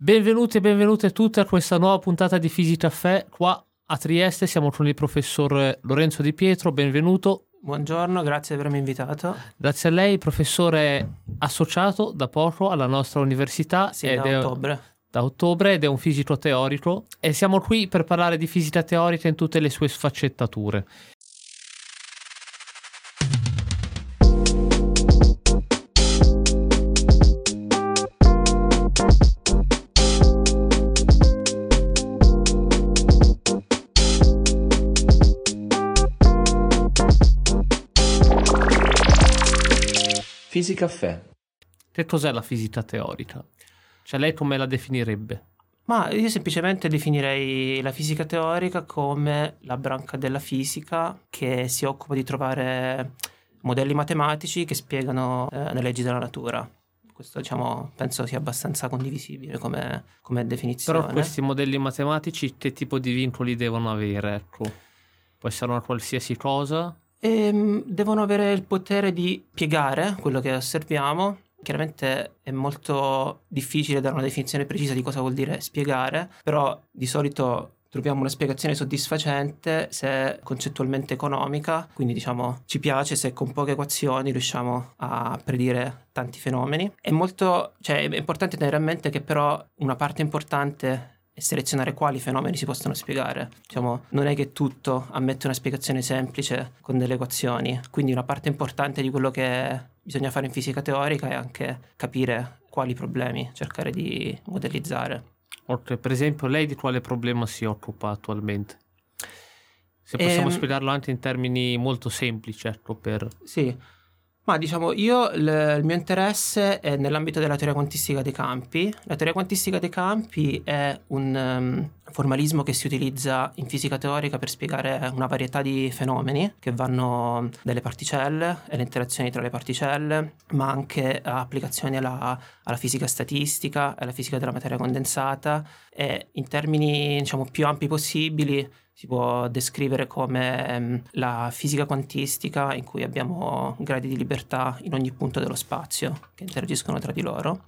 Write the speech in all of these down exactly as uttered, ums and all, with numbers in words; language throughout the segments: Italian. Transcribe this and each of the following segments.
Benvenuti e benvenute tutte a questa nuova puntata di Fisicaffè. Qua a Trieste siamo con il professor Lorenzo Di Pietro, benvenuto. Buongiorno, grazie di avermi invitato. Grazie a lei, professore associato da poco alla nostra università. Sì, ed da è, ottobre. Da ottobre ed è un fisico teorico e siamo qui per parlare di fisica teorica in tutte le sue sfaccettature. Fisicaffè. Che cos'è la fisica teorica? Cioè lei come la definirebbe? Ma io semplicemente definirei la fisica teorica come la branca della fisica che si occupa di trovare modelli matematici che spiegano eh, le leggi della natura. Questo, diciamo, penso sia abbastanza condivisibile come, come definizione. Però questi modelli matematici che tipo di vincoli devono avere? Ecco, può essere una qualsiasi cosa? E devono avere il potere di piegare quello che osserviamo. Chiaramente è molto difficile dare una definizione precisa di cosa vuol dire spiegare, però di solito troviamo una spiegazione soddisfacente se concettualmente economica, quindi diciamo ci piace se con poche equazioni riusciamo a predire tanti fenomeni. È molto, cioè è importante tenere a mente che però una parte importante e selezionare quali fenomeni si possono spiegare. Diciamo, non è che tutto ammette una spiegazione semplice con delle equazioni, quindi una parte importante di quello che bisogna fare in fisica teorica è anche capire quali problemi cercare di modellizzare. Ok, per esempio lei di quale problema si occupa attualmente? Se possiamo Ehm, spiegarlo anche in termini molto semplici, ecco, per... Sì, ma diciamo io il, il mio interesse è nell'ambito della teoria quantistica dei campi. La teoria quantistica dei campi è un um, formalismo che si utilizza in fisica teorica per spiegare una varietà di fenomeni che vanno dalle particelle e le interazioni tra le particelle, ma anche applicazioni alla, alla fisica statistica, alla fisica della materia condensata, e in termini, diciamo, più ampi possibili si può descrivere come um, la fisica quantistica in cui abbiamo gradi di libertà in ogni punto dello spazio che interagiscono tra di loro.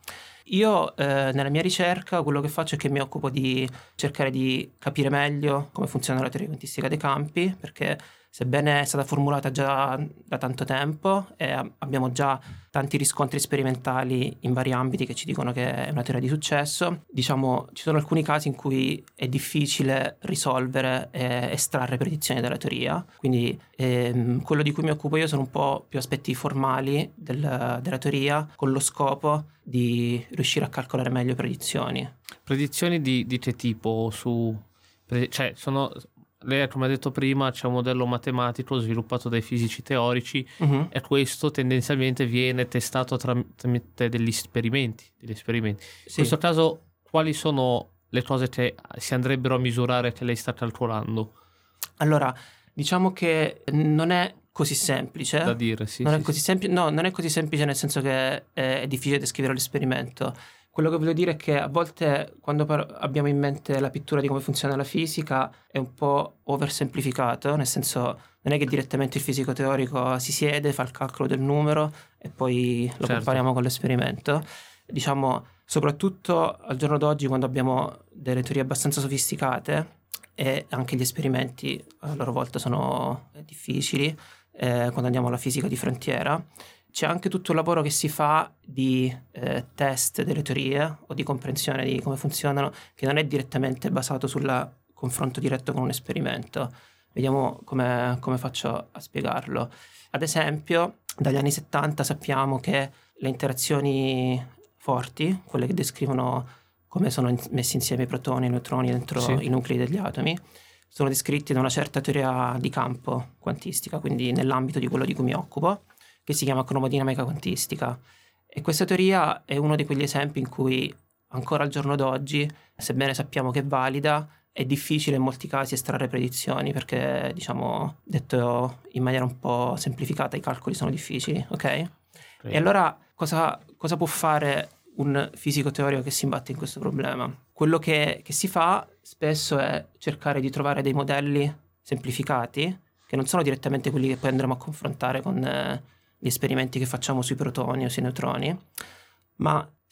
Io eh, nella mia ricerca quello che faccio è che mi occupo di cercare di capire meglio come funziona la teoria quantistica dei campi, perché sebbene è stata formulata già da tanto tempo e abbiamo già tanti riscontri sperimentali in vari ambiti che ci dicono che è una teoria di successo, diciamo ci sono alcuni casi in cui è difficile risolvere e estrarre predizioni dalla teoria, quindi ehm, quello di cui mi occupo io sono un po' più aspetti formali del, della teoria, con lo scopo di riuscire a calcolare meglio predizioni. Predizioni di, di che tipo? Su... Cioè, sono... Lei, come ha detto prima, c'è un modello matematico sviluppato dai fisici teorici Uh-huh. e questo tendenzialmente viene testato tramite degli esperimenti. Degli esperimenti. In Sì. questo caso, quali sono le cose che si andrebbero a misurare che lei sta calcolando? Allora, diciamo che non è così semplice. Da dire, sì. Non sì, è così sì. semplice, no, non è così semplice nel senso che è, è difficile descrivere l'esperimento. Quello che voglio dire è che a volte quando par- abbiamo in mente la pittura di come funziona la fisica è un po' oversemplificato, nel senso non è che direttamente il fisico teorico si siede, fa il calcolo del numero e poi lo Certo. compariamo con l'esperimento. Diciamo, soprattutto al giorno d'oggi quando abbiamo delle teorie abbastanza sofisticate e anche gli esperimenti a loro volta sono difficili, eh, quando andiamo alla fisica di frontiera, c'è anche tutto il lavoro che si fa di eh, test delle teorie o di comprensione di come funzionano, che non è direttamente basato sul confronto diretto con un esperimento. Vediamo come, come faccio a spiegarlo. Ad esempio, dagli anni settanta sappiamo che le interazioni forti, quelle che descrivono come sono messi insieme i protoni e i neutroni dentro Sì. i nuclei degli atomi, sono descritti da una certa teoria di campo quantistica, quindi nell'ambito di quello di cui mi occupo, che si chiama cromodinamica quantistica. E questa teoria è uno di quegli esempi in cui ancora al giorno d'oggi, sebbene sappiamo che è valida, è difficile in molti casi estrarre predizioni perché, diciamo, detto in maniera un po' semplificata, i calcoli sono difficili, ok? Okay. E allora cosa, cosa può fare un fisico teorico che si imbatte in questo problema? Quello che, che si fa spesso è cercare di trovare dei modelli semplificati che non sono direttamente quelli che poi andremo a confrontare con eh, gli esperimenti che facciamo sui protoni o sui neutroni, ma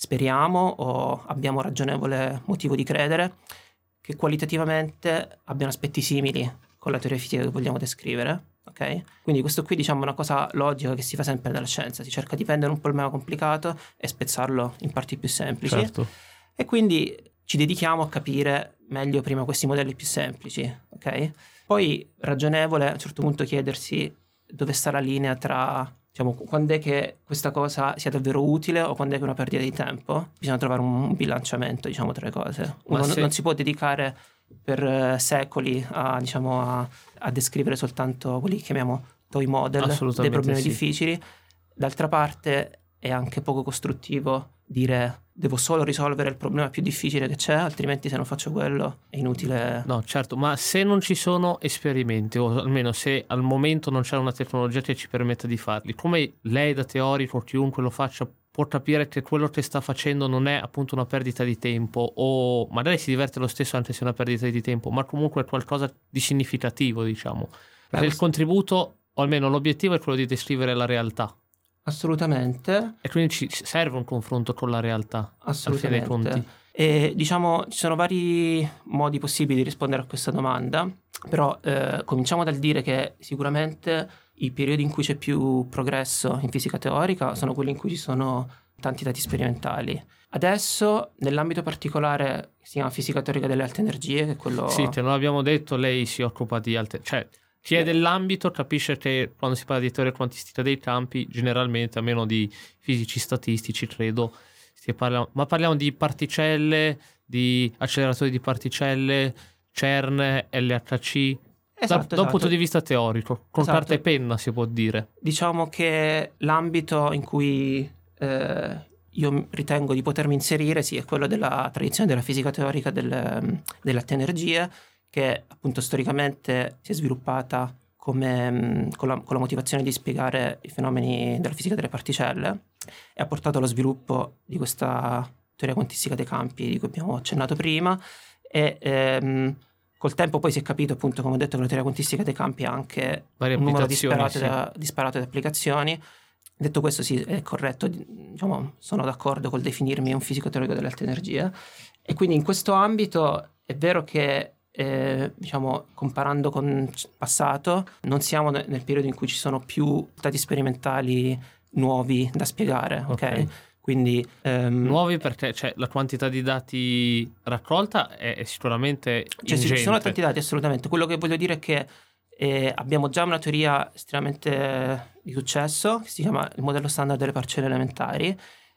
speriamo o abbiamo ragionevole motivo di credere che qualitativamente abbiano aspetti simili con la teoria fisica che vogliamo descrivere. Ok? Quindi questo qui, diciamo, è una cosa logica che si fa sempre nella scienza, si cerca di prendere un problema complicato e spezzarlo in parti più semplici. Certo. E quindi ci dedichiamo a capire meglio prima questi modelli più semplici, ok? Poi ragionevole a un certo punto chiedersi dove sta la linea tra, diciamo, quando è che questa cosa sia davvero utile o quando è che è una perdita di tempo. Bisogna trovare un bilanciamento, diciamo, tra le cose. Uno se... non si può dedicare per uh, secoli a, diciamo, a, a descrivere soltanto quelli che chiamiamo toy model dei problemi sì. difficili. D'altra parte è anche poco costruttivo dire devo solo risolvere il problema più difficile che c'è, altrimenti se non faccio quello è inutile. No, certo, ma se non ci sono esperimenti, o almeno se al momento non c'è una tecnologia che ci permetta di farli, come lei da teorico o chiunque lo faccia può capire che quello che sta facendo non è appunto una perdita di tempo, o magari si diverte lo stesso anche se è una perdita di tempo, ma comunque è qualcosa di significativo, diciamo. Perché il contributo, o almeno l'obiettivo, è quello di descrivere la realtà. Assolutamente. E quindi ci serve un confronto con la realtà. Assolutamente. Al fine dei conti. E diciamo ci sono vari modi possibili di rispondere a questa domanda, però eh, cominciamo dal dire che sicuramente i periodi in cui c'è più progresso in fisica teorica sono quelli in cui ci sono tanti dati sperimentali. Adesso, nell'ambito particolare che si chiama fisica teorica delle alte energie, che è quello... Sì, te lo abbiamo detto, lei si occupa di alte... cioè chi è dell'ambito capisce che quando si parla di teoria quantistica dei campi, generalmente, a meno di fisici statistici, credo, si parla... ma parliamo di particelle, di acceleratori di particelle, CERN, L H C... Esatto, da, esatto. da un punto di vista teorico, con esatto. carta e penna si può dire. Diciamo che l'ambito in cui eh, io ritengo di potermi inserire sì, è quello della tradizione della fisica teorica del, delle alte energie, che appunto storicamente si è sviluppata come, con, la, con la motivazione di spiegare i fenomeni della fisica delle particelle e ha portato allo sviluppo di questa teoria quantistica dei campi di cui abbiamo accennato prima e ehm, col tempo poi si è capito, appunto, come ho detto, che la teoria quantistica dei campi ha anche varie un numero disparato, sì. da, disparato di applicazioni. Detto questo, sì, è corretto, diciamo, sono d'accordo col definirmi un fisico teorico delle alte energie. E quindi in questo ambito è vero che, eh, diciamo, comparando con il passato, non siamo nel, nel periodo in cui ci sono più dati sperimentali nuovi da spiegare, ok? okay. Quindi um, nuovi perché cioè, la quantità di dati raccolta è, è sicuramente cioè, ingente. ci sono tanti dati, assolutamente. Quello che voglio dire è che eh, abbiamo già una teoria estremamente di successo che si chiama il modello standard delle parcelle elementari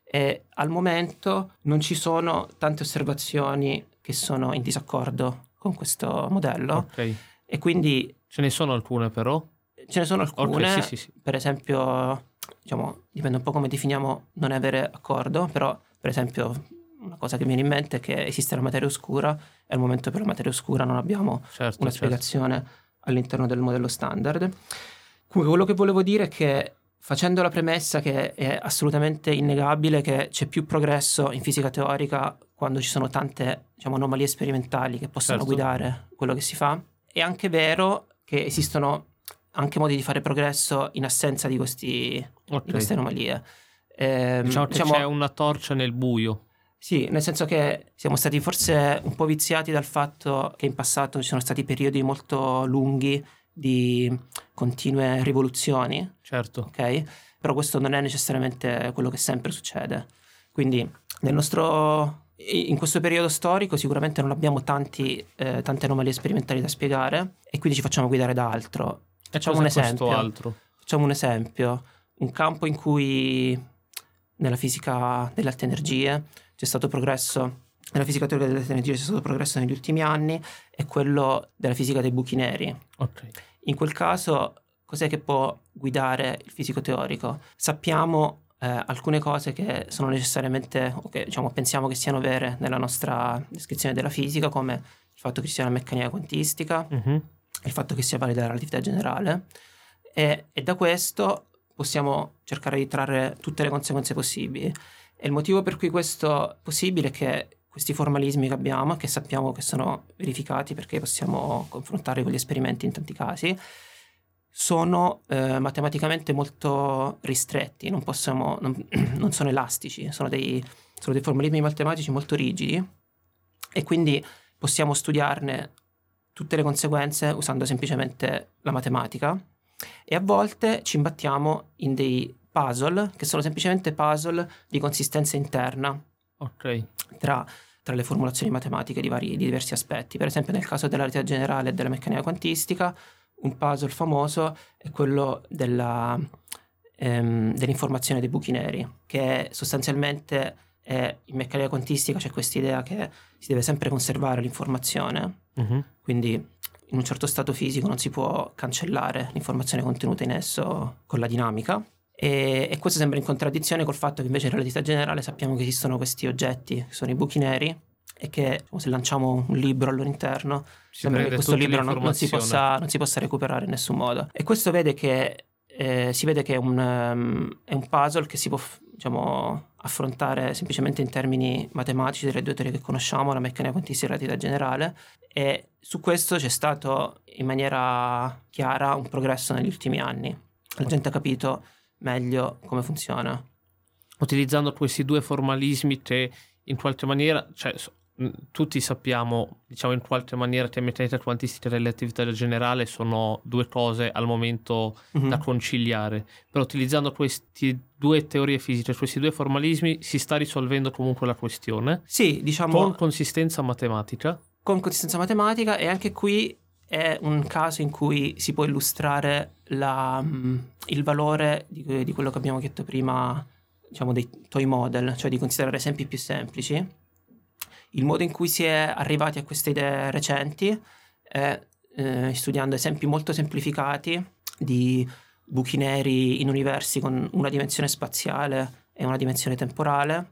e al momento non ci sono tante osservazioni che sono in disaccordo con questo modello. Okay. E quindi ce ne sono alcune però? Ce ne sono alcune, okay, sì, sì, sì. Per esempio, diciamo, dipende un po' come definiamo non avere accordo, però per esempio una cosa che mi viene in mente è che esiste la materia oscura e al momento per la materia oscura non abbiamo certo, una certo. spiegazione all'interno del modello standard. Comunque quello che volevo dire è che, facendo la premessa che è assolutamente innegabile che c'è più progresso in fisica teorica quando ci sono tante, diciamo, anomalie sperimentali che possono certo. guidare quello che si fa, è anche vero che esistono anche modi di fare progresso in assenza di, questi, okay. di queste anomalie. Eh, diciamo che diciamo, c'è una torcia nel buio. Sì, nel senso che siamo stati forse un po' viziati dal fatto che in passato ci sono stati periodi molto lunghi di continue rivoluzioni. Certo. Ok? Però questo non è necessariamente quello che sempre succede. Quindi nel nostro... in questo periodo storico sicuramente non abbiamo tanti, eh, tante anomalie sperimentali da spiegare e quindi ci facciamo guidare da altro. Facciamo un esempio. Altro? Facciamo un esempio. Un campo in cui nella fisica delle alte energie c'è stato progresso, nella fisica teorica delle alte energie c'è stato progresso negli ultimi anni, è quello della fisica dei buchi neri. Okay. In quel caso, cos'è che può guidare il fisico teorico? Sappiamo eh, alcune cose che sono necessariamente, o che diciamo pensiamo che siano vere nella nostra descrizione della fisica, come il fatto che ci sia una meccanica quantistica, mm-hmm. il fatto che sia valida la relatività generale, e, e da questo possiamo cercare di trarre tutte le conseguenze possibili. E il motivo per cui questo è possibile è che questi formalismi che abbiamo, che sappiamo che sono verificati perché possiamo confrontarli con gli esperimenti in tanti casi, sono eh, matematicamente molto ristretti, non, possiamo, non, non sono elastici, sono dei, sono dei formalismi matematici molto rigidi e quindi possiamo studiarne tutte le conseguenze usando semplicemente la matematica, e a volte ci imbattiamo in dei puzzle che sono semplicemente puzzle di consistenza interna, ok, tra, tra le formulazioni matematiche di, vari, di diversi aspetti. Per esempio nel caso della relatività generale e della meccanica quantistica, un puzzle famoso è quello della, ehm, dell'informazione dei buchi neri, che sostanzialmente è, in meccanica quantistica c'è questa idea che si deve sempre conservare l'informazione, uh-huh. quindi in un certo stato fisico non si può cancellare l'informazione contenuta in esso con la dinamica, e, e questo sembra in contraddizione col fatto che invece in relatività generale sappiamo che esistono questi oggetti che sono i buchi neri e che, diciamo, se lanciamo un libro al loro interno Si sembra che prende questo tutta libro non, non, si l'informazione. possa, non si possa recuperare in nessun modo, e questo vede che eh, si vede che è un, um, è un puzzle che si può, diciamo, affrontare semplicemente in termini matematici delle due teorie che conosciamo, la meccanica quantistica e la relatività generale, e su questo c'è stato in maniera chiara un progresso negli ultimi anni. La gente ha capito meglio come funziona. Utilizzando questi due formalismi che in qualche maniera, cioè tutti sappiamo, diciamo, in qualche maniera che meccanica quantistica e relatività generale sono due cose al momento mm-hmm. da conciliare, però utilizzando queste due teorie fisiche, questi due formalismi, si sta risolvendo comunque la questione. Sì, diciamo con consistenza matematica. Con consistenza matematica, e anche qui è un caso in cui si può illustrare la, um, il valore di, di quello che abbiamo detto prima, diciamo, dei toy model, cioè di considerare esempi più semplici. Il modo in cui si è arrivati a queste idee recenti è eh, studiando esempi molto semplificati di buchi neri in universi con una dimensione spaziale e una dimensione temporale,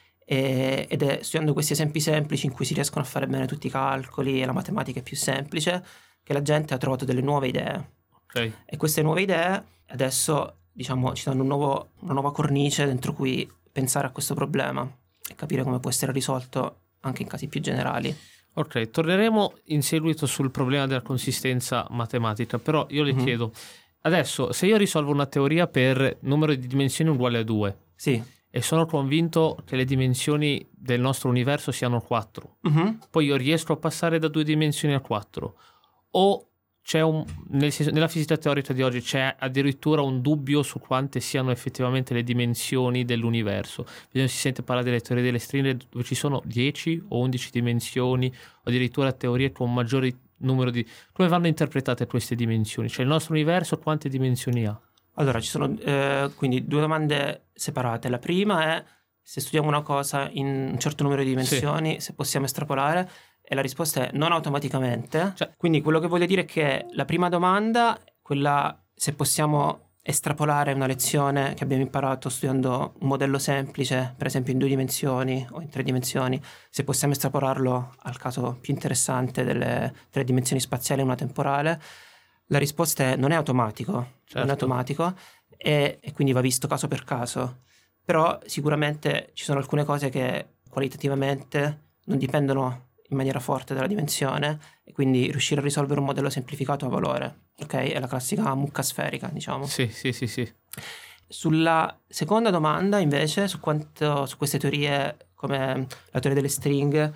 e, ed è studiando questi esempi semplici in cui si riescono a fare bene tutti i calcoli e la matematica è più semplice che la gente ha trovato delle nuove idee. Okay. E queste nuove idee adesso, diciamo, ci danno un nuovo, una nuova cornice dentro cui pensare a questo problema e capire come può essere risolto anche in casi più generali. Ok, torneremo in seguito sul problema della consistenza matematica, però io le mm-hmm. chiedo, adesso se io risolvo una teoria per numero di dimensioni uguale a due, sì, e sono convinto che le dimensioni del nostro universo siano quattro, mm-hmm. poi io riesco a passare da due dimensioni a quattro, o c'è un, nel senso, nella fisica teorica di oggi c'è addirittura un dubbio su quante siano effettivamente le dimensioni dell'universo. Si sente parlare delle teorie delle stringhe dove ci sono dieci o undici dimensioni, o addirittura teorie con maggiori numero di... Come vanno interpretate queste dimensioni? Cioè il nostro universo quante dimensioni ha? Allora, ci sono eh, quindi due domande separate. La prima è se studiamo una cosa in un certo numero di dimensioni, sì, se possiamo estrapolare. E la risposta è non automaticamente. Cioè, quindi quello che voglio dire è che la prima domanda, quella se possiamo estrapolare una lezione che abbiamo imparato studiando un modello semplice, per esempio in due dimensioni o in tre dimensioni, se possiamo estrapolarlo al caso più interessante delle tre dimensioni spaziali e una temporale, la risposta è non è automatico, certo. non è automatico e, e quindi va visto caso per caso. Però sicuramente ci sono alcune cose che qualitativamente non dipendono in maniera forte dalla dimensione, e quindi riuscire a risolvere un modello semplificato ha valore, ok? È la classica mucca sferica, diciamo. Sì, sì, sì, sì. Sulla seconda domanda, invece, su quanto su queste teorie come la teoria delle stringhe,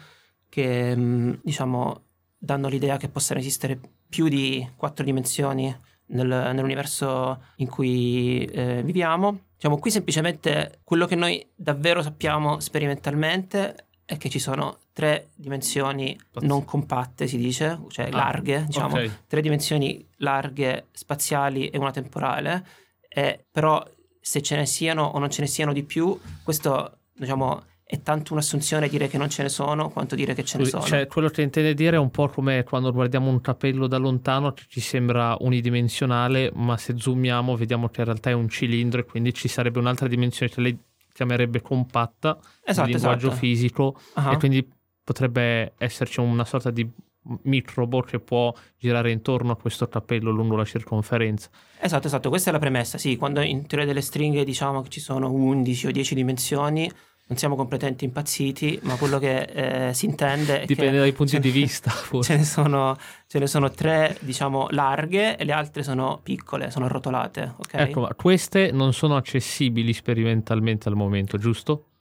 che diciamo danno l'idea che possano esistere più di quattro dimensioni nel, nell'universo in cui eh, viviamo, diciamo qui semplicemente quello che noi davvero sappiamo sperimentalmente è che ci sono tre dimensioni non compatte, si dice, cioè ah, larghe, diciamo, okay. tre dimensioni larghe spaziali e una temporale, e però se ce ne siano o non ce ne siano di più, questo, diciamo, è tanto un'assunzione dire che non ce ne sono quanto dire che ce ne sono. Cioè, quello che intende dire è un po' come quando guardiamo un capello da lontano che ci sembra unidimensionale, ma se zoomiamo vediamo che in realtà è un cilindro e quindi ci sarebbe un'altra dimensione che lei chiamerebbe compatta, esatto, in linguaggio esatto. fisico, uh-huh. e quindi potrebbe esserci una sorta di microbo che può girare intorno a questo capello lungo la circonferenza. Esatto, esatto, questa è la premessa, sì, quando in teoria delle stringhe diciamo che ci sono undici o dieci dimensioni, non siamo completamente impazziti, ma quello che eh, si intende è dipende che dai punti ce di ne, vista forse. Ce ne sono, ce ne sono tre, diciamo, larghe e le altre sono piccole, sono arrotolate, ok? Ecco, ma queste non sono accessibili sperimentalmente al momento, giusto?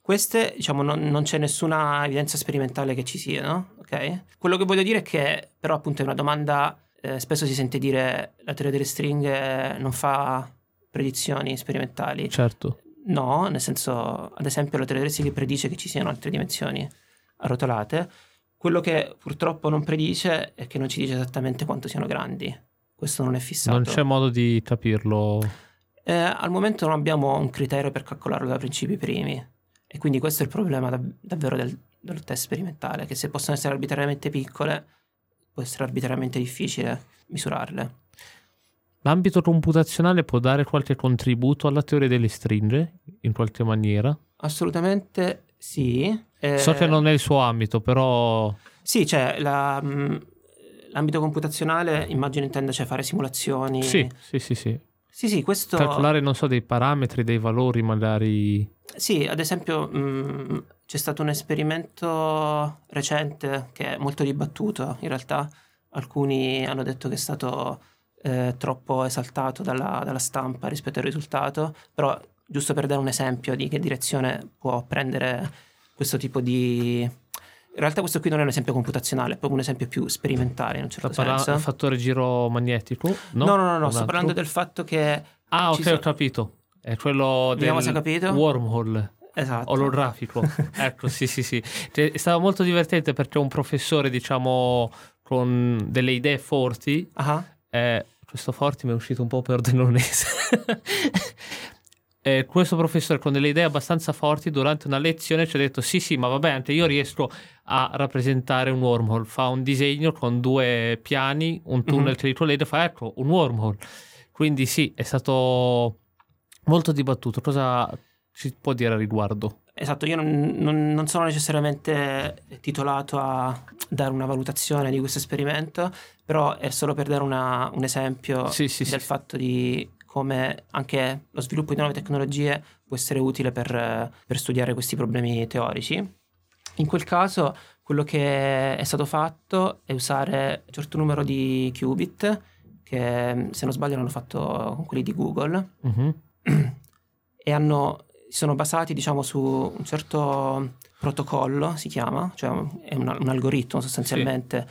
Queste, diciamo, non, non c'è nessuna evidenza sperimentale che ci sia, no? Ok? Quello che voglio dire è che, però, appunto, è una domanda. Eh, spesso si sente dire la teoria delle stringhe non fa predizioni sperimentali. Certo. No, nel senso, ad esempio, la teoria delle stringhe predice che ci siano altre dimensioni arrotolate. Quello che purtroppo non predice è che non ci dice esattamente quanto siano grandi. Questo non è fissato. Non c'è modo di capirlo. Eh, al momento non abbiamo un criterio per calcolarlo da principi primi. E quindi questo è il problema da, davvero del, del test sperimentale, che se possono essere arbitrariamente piccole, può essere arbitrariamente difficile misurarle. L'ambito computazionale può dare qualche contributo alla teoria delle stringhe, in qualche maniera? Assolutamente sì. Eh, So che non è il suo ambito, però... Sì, cioè la, mh, l'ambito computazionale immagino intenda cioè fare simulazioni. Sì, sì, sì, sì. Sì, sì, questo... Calcolare, non so, dei parametri, dei valori magari... Sì, ad esempio mh, c'è stato un esperimento recente che è molto dibattuto, in realtà alcuni hanno detto che è stato eh, troppo esaltato dalla, dalla stampa rispetto al risultato, però giusto per dare un esempio di che direzione può prendere questo tipo di... In realtà questo qui non è un esempio computazionale, è proprio un esempio più sperimentale in un certo Sta parlando senso. del fattore giro magnetico? No, No, no, no, no, Un sto altro? parlando del fatto che... Ah, ci ok, so- ho capito. È quello Vediamo del se ha capito. wormhole. Esatto. Olografico. Ecco, sì, sì, sì. Cioè, è stato molto divertente perché un professore, diciamo, con delle idee forti, Ah, eh, questo forti mi è uscito un po' per denonese. eh, questo professore con delle idee abbastanza forti durante una lezione ci ha detto sì, sì, ma vabbè, anche io riesco a rappresentare un wormhole. Fa un disegno con due piani, un tunnel Mhm. che li collega, fa ecco, un wormhole. Quindi sì, è stato molto dibattuto. Cosa ci può dire a riguardo? esatto, io non, non- non sono necessariamente titolato a dare una valutazione di questo esperimento, però è solo per dare una- un esempio Sì, sì, del sì. fatto di come anche lo sviluppo di nuove tecnologie può essere utile per, eh, per studiare questi problemi teorici. In quel caso, quello che è stato fatto è usare un certo numero di qubit, che se non sbaglio hanno fatto con quelli di Google, Mhm. e hanno, si sono basati, diciamo, su un certo protocollo, si chiama, cioè è un, un algoritmo sostanzialmente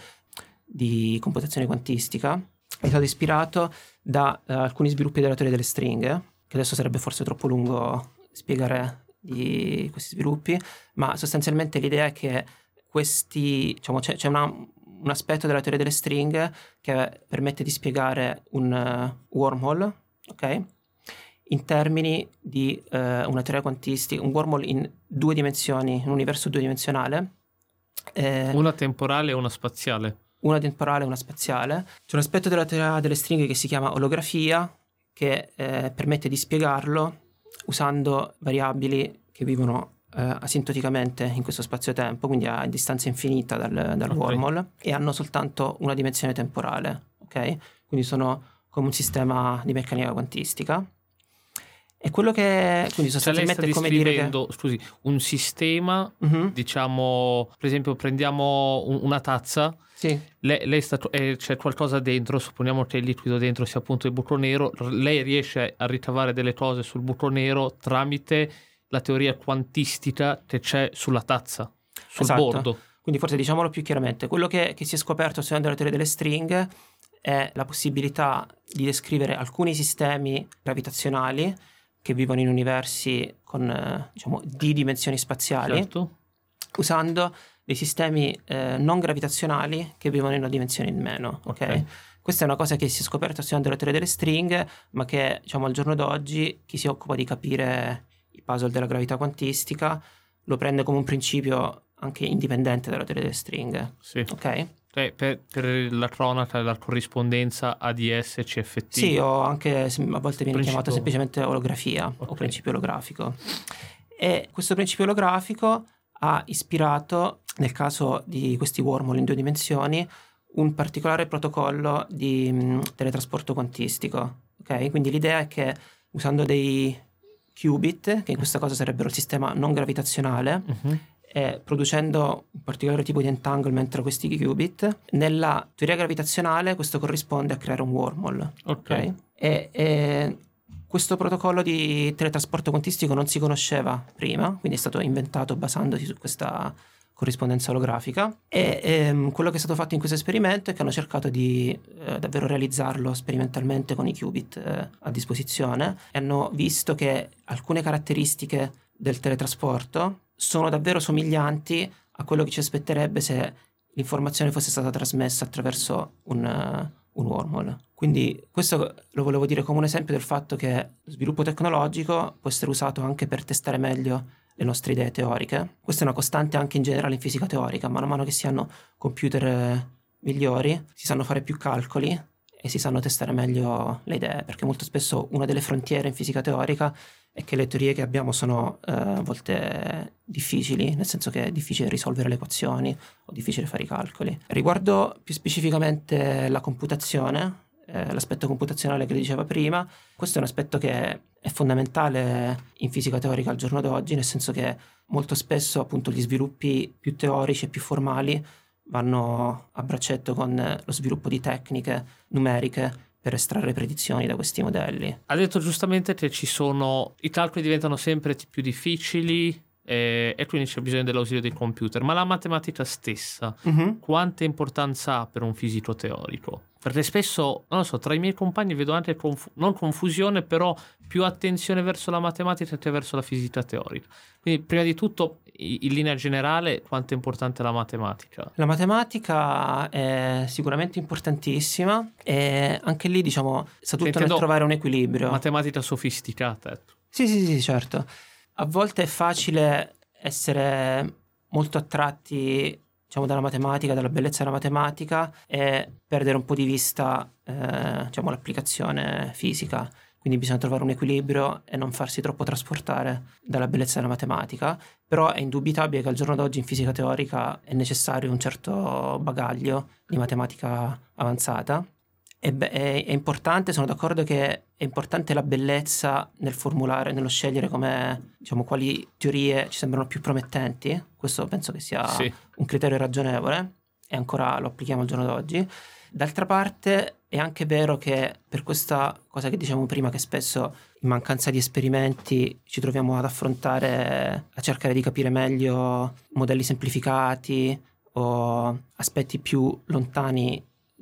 di computazione quantistica. È stato ispirato da eh, alcuni sviluppi della teoria delle stringhe, che adesso sarebbe forse troppo lungo spiegare di questi sviluppi, ma sostanzialmente l'idea è che questi, diciamo, c'è, c'è una- un aspetto della teoria delle stringhe che permette di spiegare un eh, wormhole, ok? In termini di eh, una teoria quantistica, un wormhole in due dimensioni, un universo due-dimensionale, eh, Una temporale e una spaziale. una temporale e una spaziale. C'è un aspetto della teoria delle stringhe che si chiama olografia, che eh, permette di spiegarlo usando variabili che vivono eh, asintoticamente in questo spazio-tempo, quindi a distanza infinita dal, dal Ok. wormhole, e hanno soltanto una dimensione temporale, ok? Quindi sono come un sistema di meccanica quantistica. E quello che quindi Cioè lei sta sostanzialmente è come dire che descrivendo, scusi, un sistema, Mhm, diciamo, per esempio prendiamo un- una tazza, sì, lei, lei sta, eh, c'è qualcosa dentro, supponiamo che il liquido dentro sia appunto il buco nero, r- lei riesce a ricavare delle cose sul buco nero tramite la teoria quantistica che c'è sulla tazza, sul esatto. bordo. Quindi forse diciamolo più chiaramente, quello che, che si è scoperto studiando la teoria delle stringhe è la possibilità di descrivere alcuni sistemi gravitazionali che vivono in universi con eh, diciamo d dimensioni spaziali, Certo. usando dei sistemi eh, non gravitazionali che vivono in una dimensione in meno, ok? Ok. Questa è una cosa che si è scoperta studiando la teoria delle stringhe, ma che diciamo al giorno d'oggi chi si occupa di capire i puzzle della gravità quantistica lo prende come un principio anche indipendente dalla teoria delle stringhe, Sì. ok? Cioè, per, per la cronaca, la corrispondenza A D S C F T. Sì, o anche se- a volte viene Principio- chiamato semplicemente olografia o Ok. principio olografico. E questo principio olografico ha ispirato, nel caso di questi wormhole in due dimensioni, un particolare protocollo di mh, teletrasporto quantistico. Ok? Quindi l'idea è che usando dei qubit, che in questo caso sarebbero il sistema non gravitazionale, Mhm. e producendo un particolare tipo di entanglement tra questi qubit, nella teoria gravitazionale questo corrisponde a creare un wormhole. Ok. ok? E, e questo protocollo di teletrasporto quantistico non si conosceva prima, quindi è stato inventato basandosi su questa corrispondenza olografica, e ehm, quello che è stato fatto in questo esperimento è che hanno cercato di eh, davvero realizzarlo sperimentalmente con i qubit eh, a disposizione, e hanno visto che alcune caratteristiche del teletrasporto sono davvero somiglianti a quello che ci aspetterebbe se l'informazione fosse stata trasmessa attraverso un, uh, un wormhole. Quindi questo lo volevo dire come un esempio del fatto che lo sviluppo tecnologico può essere usato anche per testare meglio le nostre idee teoriche. Questa è una costante anche in generale in fisica teorica. Mano a mano che si hanno computer migliori, si sanno fare più calcoli e si sanno testare meglio le idee, perché molto spesso una delle frontiere in fisica teorica è che le teorie che abbiamo sono eh, a volte difficili, nel senso che è difficile risolvere le equazioni o difficile fare i calcoli. Riguardo più specificamente la computazione, eh, l'aspetto computazionale che diceva prima, questo è un aspetto che è fondamentale in fisica teorica al giorno d'oggi, nel senso che molto spesso appunto gli sviluppi più teorici e più formali vanno a braccetto con lo sviluppo di tecniche numeriche per estrarre predizioni da questi modelli. Ha detto giustamente che ci sono, i calcoli diventano sempre più difficili e, e quindi c'è bisogno dell'ausilio dei computer, ma la matematica stessa, uh-huh. quanta importanza ha per un fisico teorico? Perché spesso, non lo so, tra i miei compagni vedo anche confu- non confusione, però più attenzione verso la matematica che verso la fisica teorica. Quindi prima di tutto, in linea generale, quanto è importante la matematica? La matematica è sicuramente importantissima e anche lì, diciamo, sta tutto nel trovare un equilibrio. Matematica sofisticata. Ecco. Sì, sì, sì, certo. A volte è facile essere molto attratti, diciamo, dalla matematica, dalla bellezza della matematica, e perdere un po' di vista, eh, diciamo, l'applicazione fisica. Quindi bisogna trovare un equilibrio e non farsi troppo trasportare dalla bellezza della matematica, però è indubitabile che al giorno d'oggi in fisica teorica è necessario un certo bagaglio di matematica avanzata. È, è, è importante, sono d'accordo che è importante la bellezza nel formulare, nello scegliere come, diciamo, quali teorie ci sembrano più promettenti. Questo penso che sia sì. un criterio ragionevole e ancora lo applichiamo al giorno d'oggi. D'altra parte è anche vero che per questa cosa che dicevamo prima, che spesso in mancanza di esperimenti ci troviamo ad affrontare, a cercare di capire meglio modelli semplificati o aspetti più lontani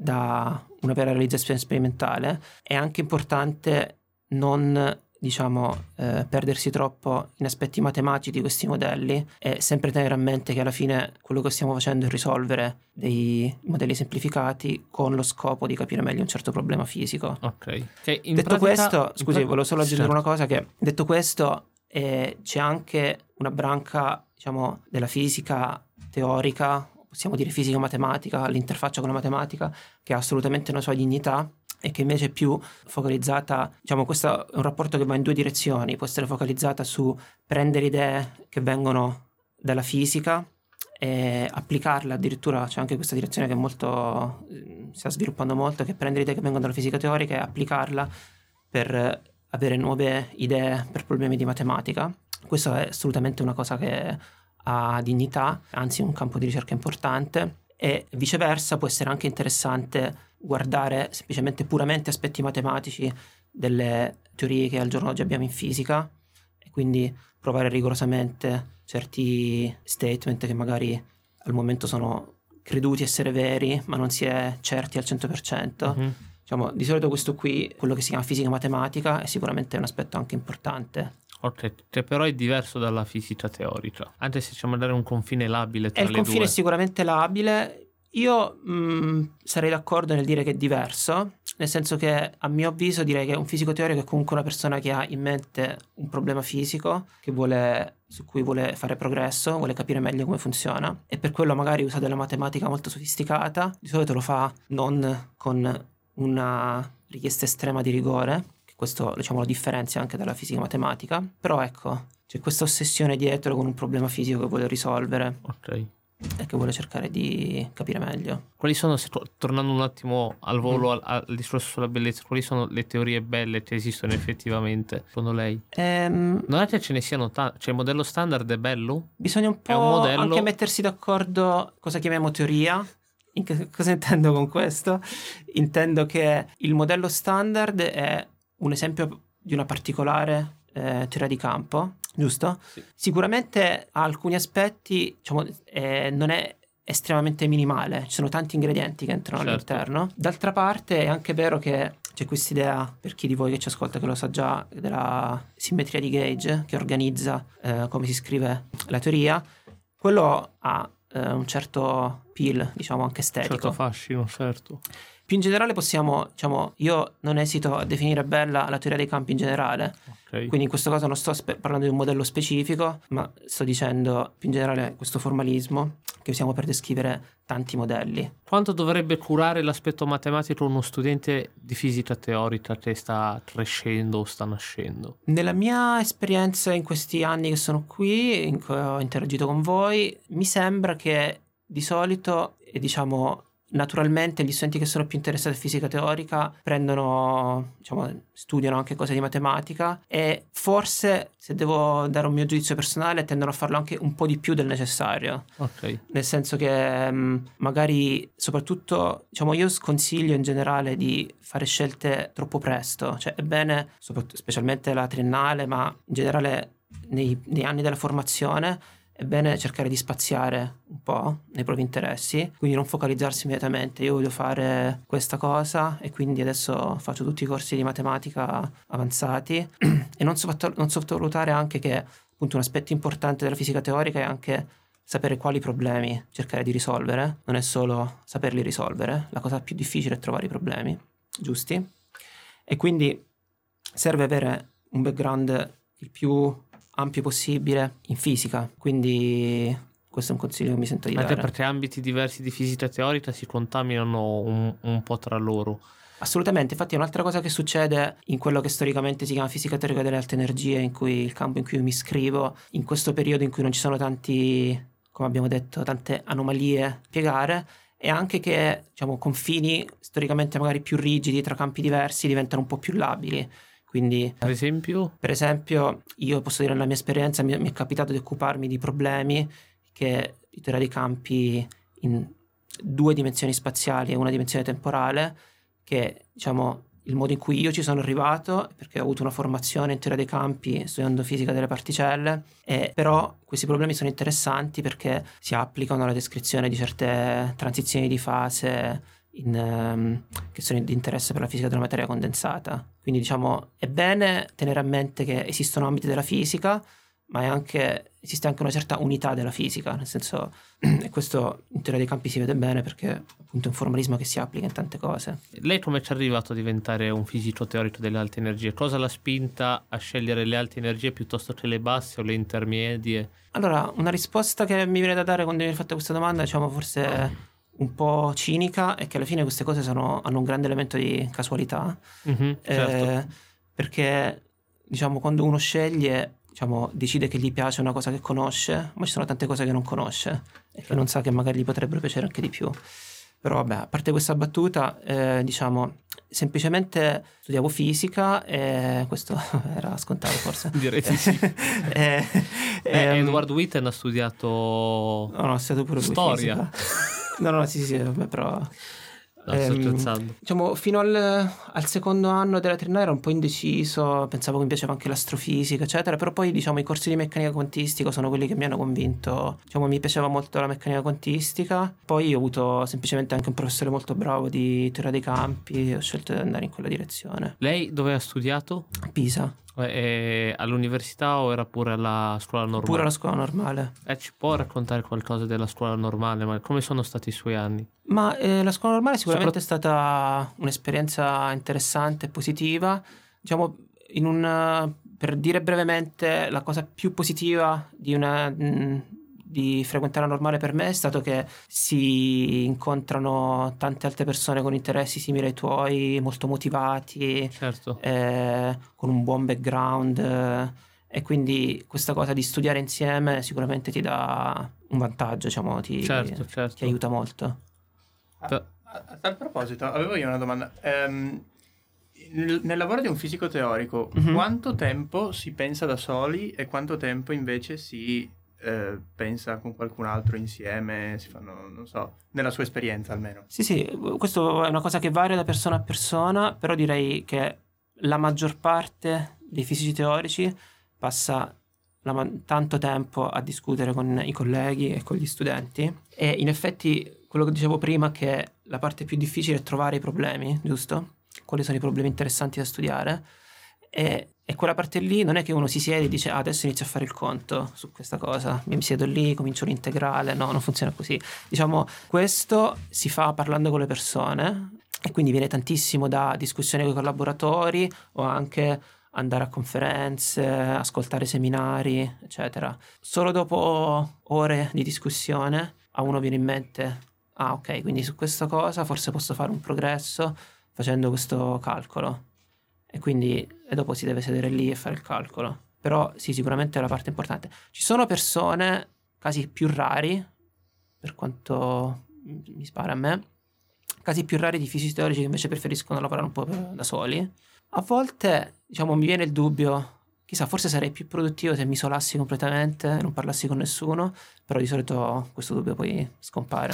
da una vera realizzazione sperimentale, è anche importante non, diciamo, eh, perdersi troppo in aspetti matematici di questi modelli e sempre tenere a mente che alla fine quello che stiamo facendo è risolvere dei modelli semplificati con lo scopo di capire meglio un certo problema fisico. Ok. Che in detto pratica, questo, scusi, pra- volevo solo aggiungere certo. una cosa, che detto questo eh, c'è anche una branca, diciamo, della fisica teorica, possiamo dire fisica matematica, all'interfaccia con la matematica, che ha assolutamente una sua dignità e che invece è più focalizzata, diciamo, questo è un rapporto che va in due direzioni, può essere focalizzata su prendere idee che vengono dalla fisica e applicarle, addirittura c'è anche questa direzione che è molto, si sta sviluppando molto, che prendere idee che vengono dalla fisica teorica e applicarla per avere nuove idee per problemi di matematica. Questo è assolutamente una cosa che ha dignità, anzi un campo di ricerca importante, e viceversa può essere anche interessante guardare semplicemente puramente aspetti matematici delle teorie che al giorno d'oggi abbiamo in fisica e quindi provare rigorosamente certi statement che magari al momento sono creduti essere veri ma non si è certi al cento per cento. Mm-hmm. Diciamo, di solito questo qui, quello che si chiama fisica matematica, è sicuramente un aspetto anche importante. Ok, che però è diverso dalla fisica teorica, anche se c'è magari un confine labile tra e le due. Il confine è sicuramente labile. Io mh, sarei d'accordo nel dire che è diverso, nel senso che a mio avviso direi che un fisico teorico è comunque una persona che ha in mente un problema fisico che vuole, su cui vuole fare progresso, vuole capire meglio come funziona, e per quello magari usa della matematica molto sofisticata. Di solito lo fa non con una richiesta estrema di rigore, che questo, diciamo, lo differenzia anche dalla fisica matematica, però ecco, c'è questa ossessione dietro con un problema fisico che vuole risolvere. Ok. E che vuole cercare di capire meglio. Quali sono, se, tornando un attimo al volo, mm. al, al discorso sulla bellezza, quali sono le teorie belle che esistono effettivamente secondo lei? Ehm, non è che ce ne siano tante, cioè il modello standard è bello? Bisogna un po' un modello... anche mettersi d'accordo cosa chiamiamo teoria. In che, cosa intendo con questo? Intendo che il modello standard è un esempio di una particolare eh, teoria di campo, giusto? Sì. Sicuramente ha alcuni aspetti, diciamo, eh, non è estremamente minimale, ci sono tanti ingredienti che entrano Certo. all'interno. D'altra parte è anche vero che c'è quest'idea, per chi di voi che ci ascolta che lo sa già, della simmetria di Gauge che organizza eh, come si scrive la teoria. Quello ha eh, un certo appeal, diciamo anche estetico. Certo fascino, certo. Più in generale possiamo, diciamo, io non esito a definire bella la teoria dei campi in generale, Okay. quindi in questo caso non sto spe- parlando di un modello specifico, ma sto dicendo più in generale questo formalismo che usiamo per descrivere tanti modelli. Quanto dovrebbe curare l'aspetto matematico uno studente di fisica teorica che sta crescendo o sta nascendo? Nella mia esperienza in questi anni che sono qui, in cui ho interagito con voi, mi sembra che di solito, e diciamo naturalmente, gli studenti che sono più interessati in fisica teorica prendono, diciamo, studiano anche cose di matematica e forse, se devo dare un mio giudizio personale, tendono a farlo anche un po' di più del necessario. Ok. Nel senso che mh, magari, soprattutto, diciamo, io sconsiglio in generale di fare scelte troppo presto. Cioè è bene, soprattutto, specialmente la triennale, ma in generale nei, nei anni della formazione, è bene cercare di spaziare un po' nei propri interessi, quindi non focalizzarsi immediatamente. Io voglio fare questa cosa e quindi adesso faccio tutti i corsi di matematica avanzati e non, sotto- non sottovalutare anche che appunto un aspetto importante della fisica teorica è anche sapere quali problemi cercare di risolvere, non è solo saperli risolvere, la cosa più difficile è trovare i problemi giusti e quindi serve avere un background il più ampio possibile in fisica, quindi questo è un consiglio che mi sento di Anche dare. perché ambiti diversi di fisica teorica si contaminano un, un po' tra loro. Assolutamente, infatti è un'altra cosa che succede in quello che storicamente si chiama fisica teorica delle alte energie, in cui il campo in cui io mi iscrivo, in questo periodo in cui non ci sono tanti, come abbiamo detto, tante anomalie da spiegare, e anche che, diciamo, confini storicamente magari più rigidi tra campi diversi diventano un po' più labili. Quindi, Per esempio? Per esempio, io posso dire nella mia esperienza, mi, mi è capitato di occuparmi di problemi che di teoria dei campi in due dimensioni spaziali e una dimensione temporale, che, diciamo, il modo in cui io ci sono arrivato, perché ho avuto una formazione in teoria dei campi studiando fisica delle particelle, e però questi problemi sono interessanti perché si applicano alla descrizione di certe transizioni di fase in, um, che sono di interesse per la fisica della materia condensata. Quindi, diciamo, è bene tenere a mente che esistono ambiti della fisica, ma è anche, esiste anche una certa unità della fisica, nel senso, e questo in teoria dei campi si vede bene perché appunto è un formalismo che si applica in tante cose. Lei come ci è arrivato a diventare un fisico teorico delle alte energie? Cosa l'ha spinta a scegliere le alte energie piuttosto che le basse o le intermedie? Allora, una risposta che mi viene da dare quando mi hai fatto questa domanda, diciamo, forse un po' cinica, è che alla fine queste cose sono, hanno un grande elemento di casualità. Mm-hmm, certo. eh, perché, diciamo, quando uno sceglie, diciamo, decide che gli piace una cosa che conosce, ma ci sono tante cose che non conosce e che non sa che magari gli potrebbero piacere anche di più. Però vabbè, a parte questa battuta, eh, diciamo, semplicemente studiavo fisica e questo era scontato forse. Direi di sì. eh, eh, ehm, Edward Witten ha studiato no, no, ho studiato pure lui storia. fisica. No, no, sì, sì, vabbè, però... No, sto ehm, scherzando. Diciamo, fino al, al secondo anno della triennale ero un po' indeciso, pensavo che mi piaceva anche l'astrofisica, eccetera, però poi, diciamo, i corsi di meccanica quantistica sono quelli che mi hanno convinto. Diciamo, mi piaceva molto la meccanica quantistica, poi ho avuto semplicemente anche un professore molto bravo di teoria dei campi e ho scelto di andare in quella direzione. Lei dove ha studiato? Pisa. Eh, all'università o era pure alla scuola normale? Pure alla scuola normale. Eh, ci può raccontare qualcosa della scuola normale? Ma come sono stati i suoi anni? Ma eh, la scuola normale sicuramente Sopra- è stata un'esperienza interessante e positiva. Diciamo, in un, per dire brevemente, la cosa più positiva di una... Mh, di frequentare la normale per me è stato che si incontrano tante altre persone con interessi simili ai tuoi, molto motivati, Certo. eh, con un buon background, eh, e quindi questa cosa di studiare insieme sicuramente ti dà un vantaggio, diciamo, ti, Certo, certo. ti aiuta molto. A, a, a tal proposito, avevo io una domanda. Ehm, nel, nel lavoro di un fisico teorico, Mhm. quanto tempo si pensa da soli e quanto tempo invece si eh, pensa con qualcun altro insieme, si fanno, non so, nella sua esperienza almeno? Sì, sì, questo è una cosa che varia da persona a persona, però direi che la maggior parte dei fisici teorici passa la, tanto tempo a discutere con i colleghi e con gli studenti, e in effetti quello che dicevo prima, che la parte più difficile è trovare i problemi, giusto? Quali sono i problemi interessanti da studiare, e, e quella parte lì non è che uno si siede e dice ah, adesso inizio a fare il conto su questa cosa, mi siedo lì, comincio l'integrale. No, non funziona così. Diciamo, questo si fa parlando con le persone, e quindi viene tantissimo da discussioni con i collaboratori o anche andare a conferenze, ascoltare seminari, eccetera. Solo dopo ore di discussione a uno viene in mente ah, ok, quindi su questa cosa forse posso fare un progresso facendo questo calcolo, e quindi e dopo si deve sedere lì e fare il calcolo. Però sì, sicuramente è la parte importante. Ci sono persone, casi più rari, per quanto mi pare a me, casi più rari di fisici teorici che invece preferiscono lavorare un po' da soli. A volte, diciamo, mi viene il dubbio, chissà, forse sarei più produttivo se mi isolassi completamente e non parlassi con nessuno, però di solito questo dubbio poi scompare,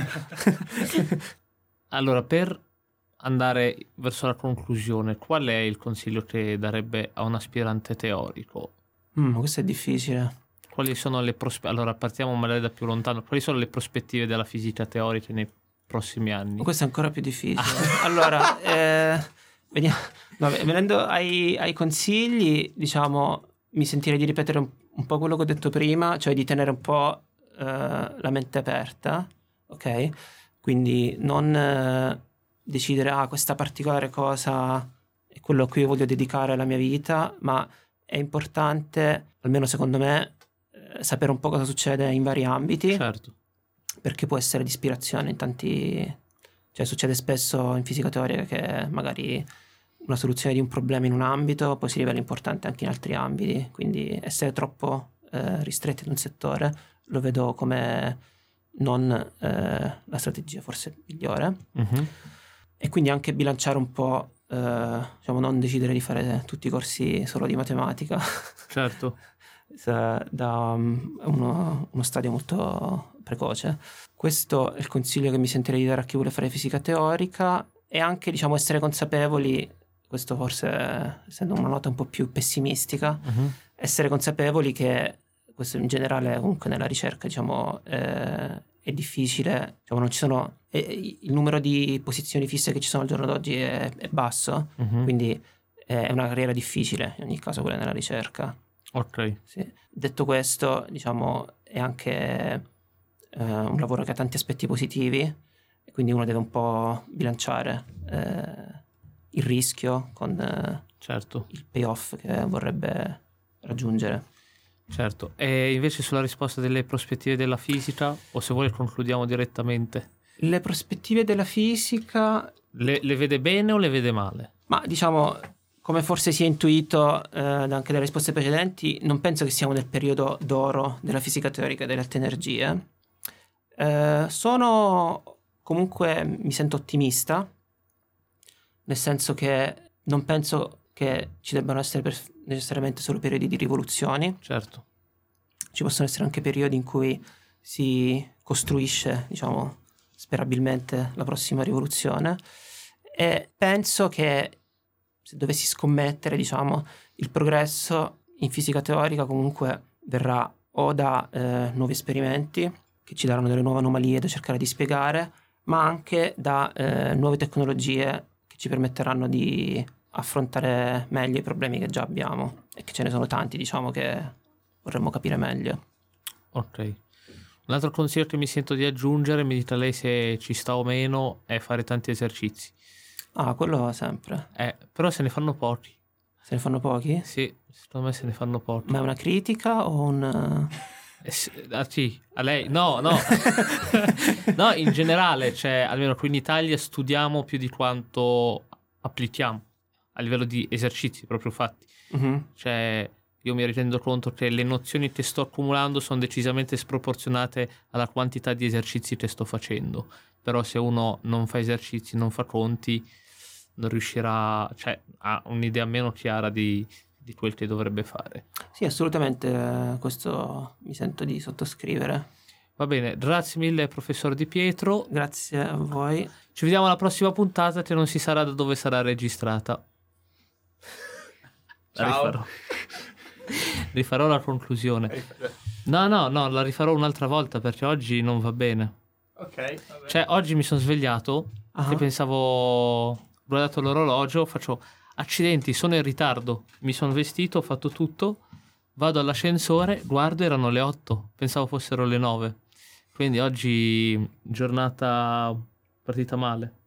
diciamo. Allora, per andare verso la conclusione, qual è il consiglio che darebbe a un aspirante teorico? Mm, questo è difficile. Quali sono le prospettive? Allora, partiamo magari da più lontano. Quali sono le prospettive della fisica teorica nei prossimi anni? Questo è ancora più difficile. Allora, eh, veniamo, no, venendo ai, ai consigli, diciamo, mi sentirei di ripetere un, un po' quello che ho detto prima, cioè di tenere un po' eh, la mente aperta, ok? Quindi non eh, decidere, ah, questa particolare cosa è quello a cui voglio dedicare la mia vita, ma è importante, almeno secondo me, eh, sapere un po' cosa succede in vari ambiti. Certo. Perché può essere di ispirazione in tanti, cioè succede spesso in fisica teorica che magari una soluzione di un problema in un ambito poi si rivela importante anche in altri ambiti, quindi essere troppo eh, ristretti ad un settore lo vedo come non eh, la strategia forse migliore. Mm-hmm. E quindi anche bilanciare un po', eh, diciamo, non decidere di fare tutti i corsi solo di matematica. Certo. Da um, uno, uno stadio molto precoce. Questo è il consiglio che mi sentirei di dare a chi vuole fare fisica teorica, e anche, diciamo, essere consapevoli, questo forse essendo una nota un po' più pessimistica, uh-huh. essere consapevoli che questo in generale comunque nella ricerca, diciamo, eh, è difficile, diciamo, non ci sono eh, il numero di posizioni fisse che ci sono al giorno d'oggi è, è basso, uh-huh. quindi è una carriera difficile in ogni caso quella nella ricerca. Ok. Sì. Detto questo, diciamo, è anche eh, un lavoro che ha tanti aspetti positivi, e quindi uno deve un po' bilanciare eh, il rischio con eh, certo. il payoff che vorrebbe raggiungere. Certo. E invece sulla risposta delle prospettive della fisica, o se vuoi concludiamo direttamente? Le prospettive della fisica le, le vede bene o le vede male? Ma diciamo, come forse si è intuito eh, anche dalle risposte precedenti, non penso che siamo nel periodo d'oro della fisica teorica e delle alte energie. Eh, sono comunque, mi sento ottimista, nel senso che non penso che ci debbano essere per, necessariamente solo periodi di rivoluzioni. Certo. Ci possono essere anche periodi in cui si costruisce, diciamo, sperabilmente la prossima rivoluzione, e penso che se dovessi scommettere, diciamo, il progresso in fisica teorica comunque verrà o da eh, nuovi esperimenti che ci daranno delle nuove anomalie da cercare di spiegare, ma anche da eh, nuove tecnologie che ci permetteranno di affrontare meglio i problemi che già abbiamo, e che ce ne sono tanti, diciamo, che vorremmo capire meglio. Ok. Un altro consiglio che mi sento di aggiungere, mi dite lei se ci sta o meno, è fare tanti esercizi. Ah, quello sempre. Eh, però se ne fanno pochi. Se ne fanno pochi? Sì, secondo me se ne fanno pochi. Ma è una critica o un... Eh, sì, ah, sì, a lei? No, no. No, in generale, cioè, almeno qui in Italia studiamo più di quanto applichiamo a livello di esercizi proprio fatti. Uh-huh. Cioè, io mi rendo conto che le nozioni che sto accumulando sono decisamente sproporzionate alla quantità di esercizi che sto facendo. Però se uno non fa esercizi, non fa conti, non riuscirà, cioè ha un'idea meno chiara di, di quel che dovrebbe fare. Sì, assolutamente, questo mi sento di sottoscrivere. Va bene, grazie mille professor Di Pietro. Grazie a voi. Ci vediamo alla prossima puntata, che non si sarà da dove sarà registrata. La Ciao. rifarò. Rifarò la conclusione. No, no, no, la rifarò un'altra volta perché oggi non va bene. Ok, vabbè. Cioè, oggi mi sono svegliato Ah. e pensavo, ho guardato l'orologio, faccio, accidenti, sono in ritardo. Mi sono vestito, ho fatto tutto, vado all'ascensore, guardo, erano le otto, pensavo fossero le nove. Quindi oggi giornata partita male.